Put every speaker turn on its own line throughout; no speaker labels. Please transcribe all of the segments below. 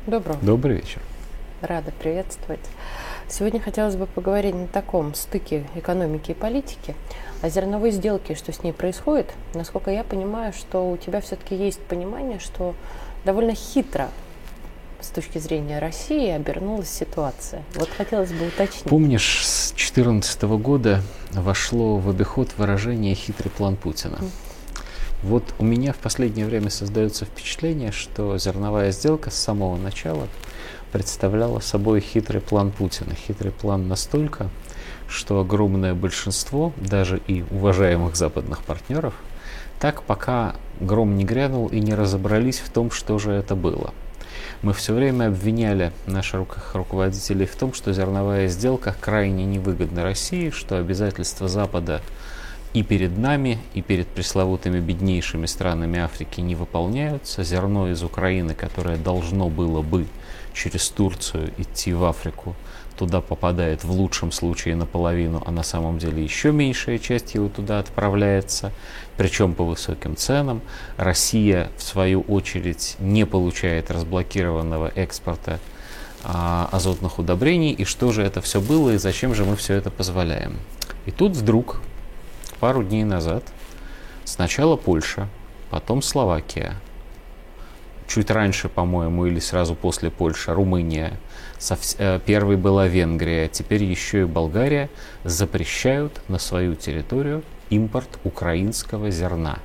Доброго.
Добрый вечер.
Рада приветствовать. Сегодня хотелось бы поговорить на таком стыке экономики и политики, о зерновой сделке, что с ней происходит. Насколько я понимаю, что у тебя все-таки есть понимание, что довольно хитро с точки зрения России обернулась ситуация. Вот хотелось бы уточнить.
Помнишь, с 2014 года вошло в обиход выражение «хитрый план Путина». Вот у меня в последнее время создается впечатление, что зерновая сделка с самого начала представляла собой хитрый план Путина. Хитрый план настолько, что огромное большинство, даже и уважаемых западных партнеров, так пока гром не грянул и не разобрались в том, что же это было. Мы все время обвиняли наших руководителей в том, что зерновая сделка крайне невыгодна России, что обязательства Запада и перед нами, и перед пресловутыми беднейшими странами Африки не выполняются. Зерно из Украины, которое должно было бы через Турцию идти в Африку, туда попадает в лучшем случае наполовину, а на самом деле еще меньшая часть его туда отправляется, причем по высоким ценам. Россия, в свою очередь, не получает разблокированного экспорта азотных удобрений. И что же это все было, и зачем же мы все это позволяем? И тут вдруг, пару дней назад, сначала Польша, потом Словакия, чуть раньше, по-моему, или сразу после Польши, Румыния, первой была Венгрия, теперь еще и Болгария, запрещают на свою территорию импорт украинского зерна.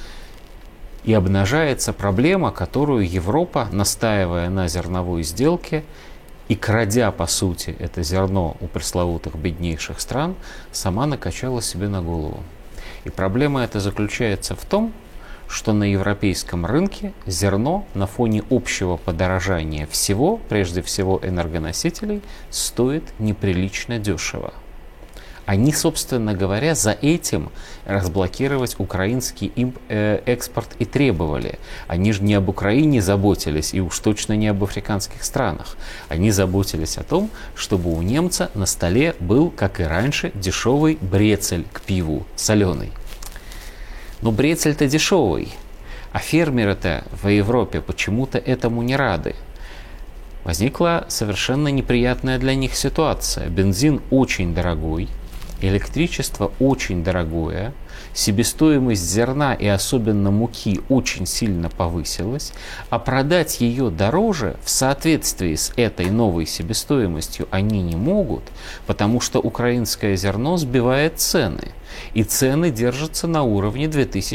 И обнажается проблема, которую Европа, настаивая на зерновой сделке и крадя, по сути, это зерно у пресловутых беднейших стран, сама накачала себе на голову. И проблема эта заключается в том, что на европейском рынке зерно на фоне общего подорожания всего, прежде всего энергоносителей, стоит неприлично дешево. Они, собственно говоря, за этим разблокировать украинский экспорт и требовали. Они же не об Украине заботились, и уж точно не об африканских странах. Они заботились о том, чтобы у немца на столе был, как и раньше, дешевый брецель к пиву, соленый. Но брецель-то дешевый, а фермеры-то в Европе почему-то этому не рады. Возникла совершенно неприятная для них ситуация. Бензин очень дорогой, электричество очень дорогое, себестоимость зерна и особенно муки очень сильно повысилась, а продать ее дороже в соответствии с этой новой себестоимостью они не могут, потому что украинское зерно сбивает цены. И цены держатся на уровне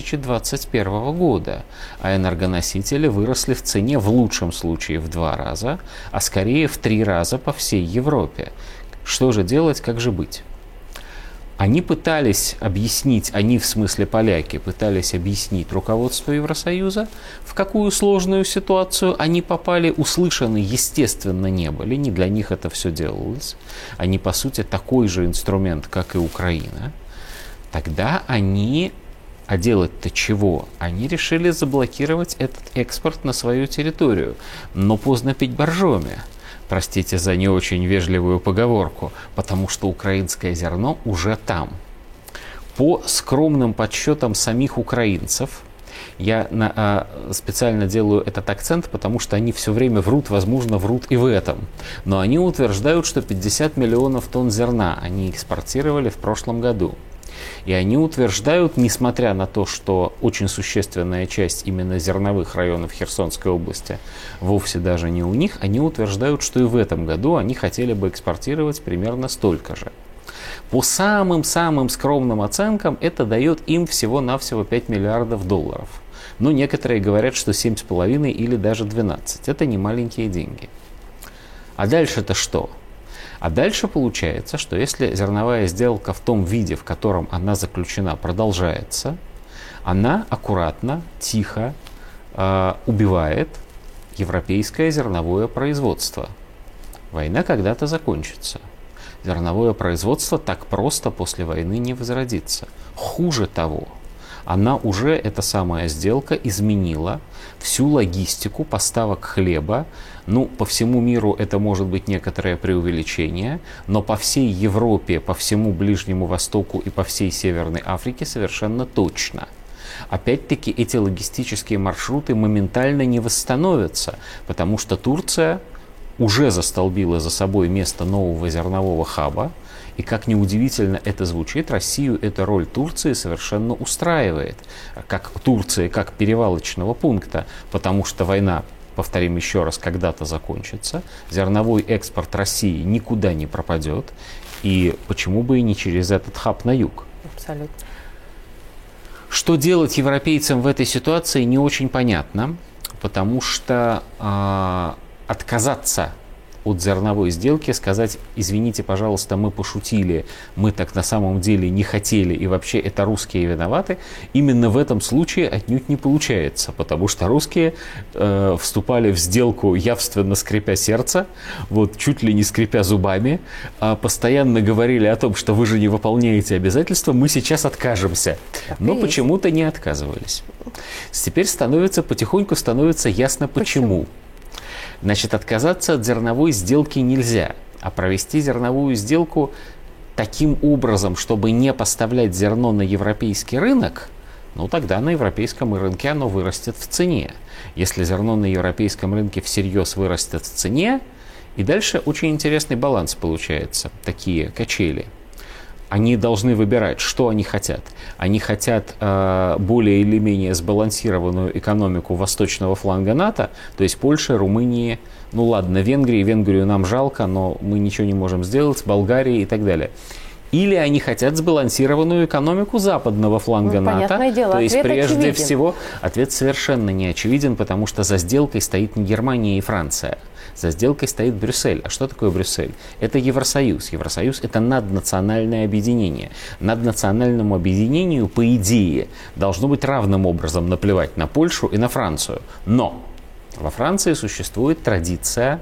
2021 года, а энергоносители выросли в цене в лучшем случае в 2 раза, а скорее в 3 раза по всей Европе. Что же делать, как же быть? Они пытались объяснить, они в смысле поляки, пытались объяснить руководству Евросоюза, в какую сложную ситуацию они попали, услышаны, естественно, не были, не для них это все делалось. Они, по сути, такой же инструмент, как и Украина. Тогда они, а делать-то чего? Они решили заблокировать этот экспорт на свою территорию, но поздно пить боржоми. Простите за не очень вежливую поговорку, потому что украинское зерно уже там. По скромным подсчетам самих украинцев, я специально делаю этот акцент, потому что они все время врут, возможно, врут и в этом. Но они утверждают, что 50 миллионов тонн зерна они экспортировали в прошлом году. И они утверждают, несмотря на то, что очень существенная часть именно зерновых районов Херсонской области вовсе даже не у них, они утверждают, что и в этом году они хотели бы экспортировать примерно столько же. По самым-самым скромным оценкам это дает им всего-навсего 5 миллиардов долларов. Но некоторые говорят, что 7,5 или даже 12. Это не маленькие деньги. А дальше-то что? А дальше получается, что если зерновая сделка в том виде, в котором она заключена, продолжается, она аккуратно, тихо убивает европейское зерновое производство. Война когда-то закончится. Зерновое производство так просто после войны не возродится. Хуже того, она уже, эта самая сделка, изменила всю логистику поставок хлеба. Ну, по всему миру это может быть некоторое преувеличение, но по всей Европе, по всему Ближнему Востоку и по всей Северной Африке совершенно точно. опять-таки эти логистические маршруты моментально не восстановятся, потому что Турция уже застолбила за собой место нового зернового хаба, и как ни удивительно это звучит, Россию эта роль Турции совершенно устраивает, как Турции, как перевалочного пункта, потому что война, повторим еще раз, когда-то закончится, зерновой экспорт России никуда не пропадет, и почему бы и не через этот хаб на юг.
Абсолютно.
Что делать европейцам в этой ситуации, не очень понятно, потому что отказаться от зерновой сделки, сказать: извините, пожалуйста, мы пошутили, мы так на самом деле не хотели, и вообще это русские виноваты, именно в этом случае отнюдь не получается, потому что русские вступали в сделку, явственно скрипя сердце, вот, чуть ли не скрипя зубами, постоянно говорили о том, что вы же не выполняете обязательства, мы сейчас откажемся, но почему-то не отказывались. Теперь потихоньку становится ясно, почему. Значит, отказаться от зерновой сделки нельзя, а провести зерновую сделку таким образом, чтобы не поставлять зерно на европейский рынок, ну тогда на европейском рынке оно вырастет в цене. Если зерно на европейском рынке всерьез вырастет в цене, и дальше очень интересный баланс получается, такие качели. Они должны выбирать, что они хотят. Они хотят более или менее сбалансированную экономику восточного фланга НАТО, то есть Польши, Румынии, ну ладно, Венгрию нам жалко, но мы ничего не можем сделать, Болгарии и так далее. Или они хотят сбалансированную экономику западного фланга НАТО.
Дело,
то есть прежде
очевиден.
всего ответ совершенно не очевиден, потому что за сделкой стоит не Германия и Франция. За сделкой стоит Брюссель. А что такое Брюссель? Это Евросоюз. Евросоюз – это наднациональное объединение. Наднациональному объединению, по идее, должно быть равным образом наплевать на Польшу и на Францию. Но во Франции существует традиция,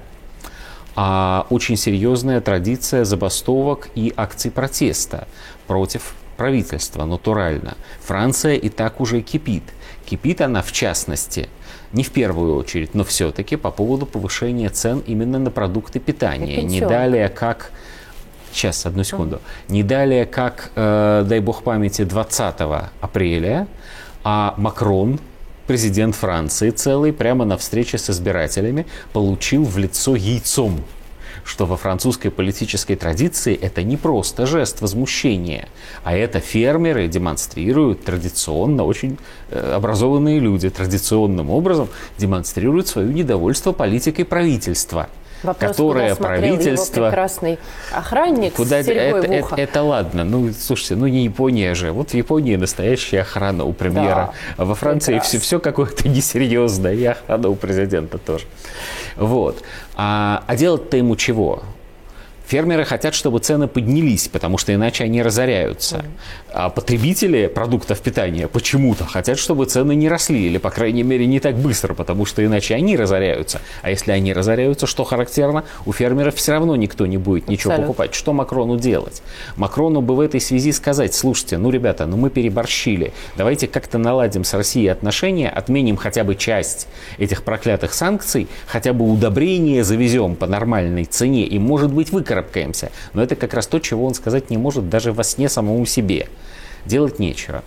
очень серьезная традиция забастовок и акций протеста против правительства, натурально. Франция и так уже кипит. Кипит она, в частности, не в первую очередь, но все-таки по поводу повышения цен именно на продукты питания. Не далее как... Сейчас, одну секунду. Не далее как, дай бог памяти, 20 апреля Макрон, президент Франции целый, прямо на встрече с избирателями получил в лицо яйцом. Что во французской политической традиции это не просто жест возмущения, а это фермеры демонстрируют традиционно, очень образованные люди традиционным образом демонстрируют свое недовольство политикой правительства.
Вопрос,
которое
куда
правительство...
его прекрасный охранник
куда...
с серьгой в ухо.
Это ладно, ну слушайте, ну не Япония же. Вот в Японии настоящая охрана у премьера, а во Франции все какое-то несерьезное, и охрана у президента тоже. Вот. А делать-то ему чего? Фермеры хотят, чтобы цены поднялись, потому что иначе они разоряются. А потребители продуктов питания почему-то хотят, чтобы цены не росли, или, по крайней мере, не так быстро, потому что иначе они разоряются. А если они разоряются, что характерно, у фермеров все равно никто не будет ничего покупать. Что Макрону делать? Макрону бы в этой связи сказать: слушайте, ну, ребята, ну мы переборщили, давайте как-то наладим с Россией отношения, отменим хотя бы часть этих проклятых санкций, хотя бы удобрения завезем по нормальной цене, и, может быть, выкарабкаемся. Но это как раз то, чего он сказать не может даже во сне самому себе. Делать нечего.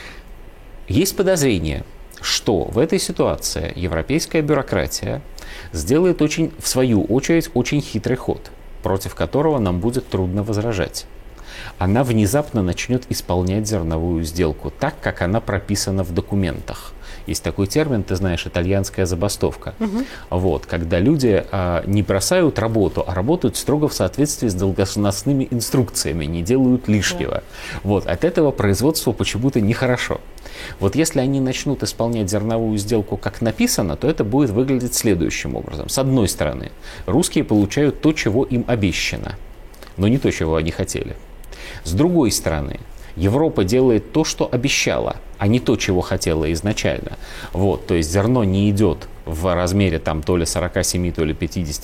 Есть подозрение, что в этой ситуации европейская бюрократия сделает в свою очередь, очень хитрый ход, против которого нам будет трудно возражать. Она внезапно начнет исполнять зерновую сделку так, как она прописана в документах. Есть такой термин, ты знаешь, итальянская забастовка. Вот, когда люди не бросают работу, а работают строго в соответствии с должностными инструкциями, не делают лишнего. Вот, от этого производству почему-то нехорошо. Вот если они начнут исполнять зерновую сделку как написано, то это будет выглядеть следующим образом. С одной стороны, русские получают то, чего им обещано, но не то, чего они хотели. С другой стороны, Европа делает то, что обещала, а не то, чего хотела изначально. Вот, то есть зерно не идет в размере там, то ли 47, то ли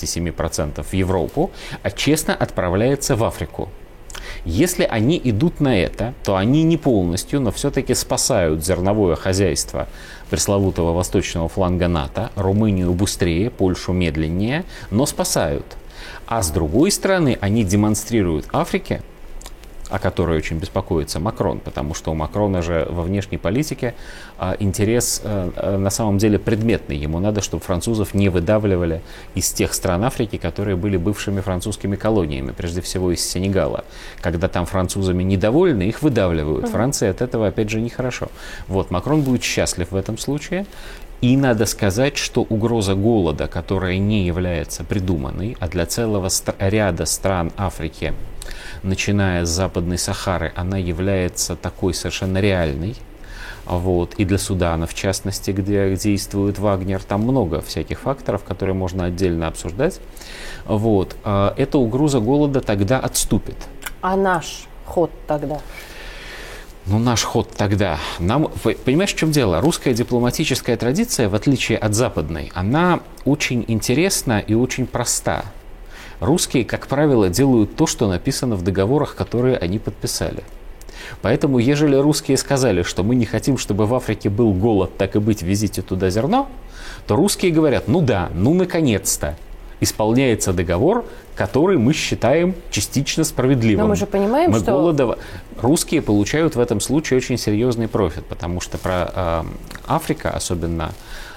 57% в Европу, а честно отправляется в Африку. Если они идут на это, то они не полностью, но все-таки спасают зерновое хозяйство пресловутого восточного фланга НАТО, Румынию быстрее, Польшу медленнее, но спасают. А с другой стороны, они демонстрируют Африке, о которой очень беспокоится Макрон, потому что у Макрона же во внешней политике интерес на самом деле предметный. Ему надо, чтобы французов не выдавливали из тех стран Африки, которые были бывшими французскими колониями, прежде всего из Сенегала. Когда там французами недовольны, их выдавливают. Франции от этого, опять же, нехорошо. Вот, Макрон будет счастлив в этом случае. И надо сказать, что угроза голода, которая не является придуманной, а для целого ряда стран Африки, начиная с Западной Сахары, она является такой совершенно реальной. Вот. И для Судана, в частности, где действует Вагнер, там много всяких факторов, которые можно отдельно обсуждать. Вот. Эта угроза голода тогда отступит.
А наш ход тогда?
Ну, наш ход тогда. Понимаешь, в чем дело? Русская дипломатическая традиция, в отличие от западной, она очень интересна и очень проста. Русские, как правило, делают то, что написано в договорах, которые они подписали. Поэтому, ежели русские сказали, что мы не хотим, чтобы в Африке был голод, так и быть, везите туда зерно, то русские говорят, ну да, ну наконец-то исполняется договор, который мы считаем частично справедливым.
Но мы же понимаем, что...
Русские получают в этом случае очень серьезный профит, потому что Африка, особенно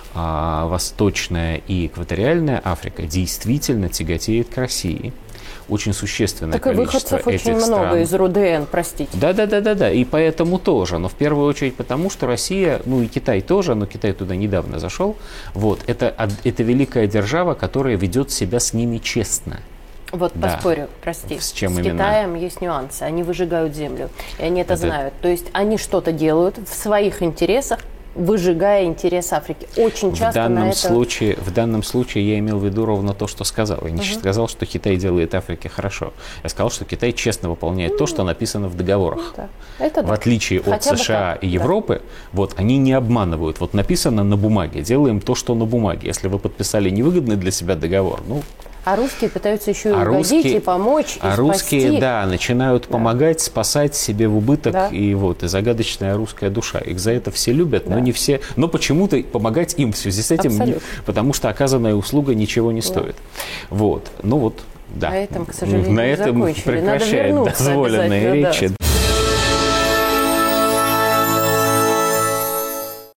Восточная и Экваториальная Африка, действительно тяготеет к России. Очень существенное количество этих стран. Так и выходцев очень много из РУДН, простите. Да, и поэтому тоже. Но в первую очередь потому, что Россия, ну и Китай тоже, но Китай туда недавно зашел. Вот, это великая держава, которая ведет себя с ними честно.
Вот поспорю, прости.
С чем
с
именно?
Китаем есть нюансы. Они выжигают землю, и они это знают. То есть они что-то делают в своих интересах, выжигая интерес Африки. Очень часто
В данном случае я имел в виду ровно то, что сказал. Я не сказал, что Китай делает Африке хорошо. Я сказал, что Китай честно выполняет то, что написано в договорах. В отличие от США и Европы, вот, они не обманывают. Вот написано на бумаге, делаем то, что на бумаге. Если вы подписали невыгодный для себя договор,
а русские пытаются еще и угодить, и помочь, и спасти.
Русские, начинают помогать, спасать себе в убыток, и загадочная русская душа. Их за это все любят, но не все. Но почему-то помогать им в связи с этим, потому что оказанная услуга ничего не стоит. Вот, да.
На этом, к сожалению, закончили.
Надо вернуться дозволенные речи.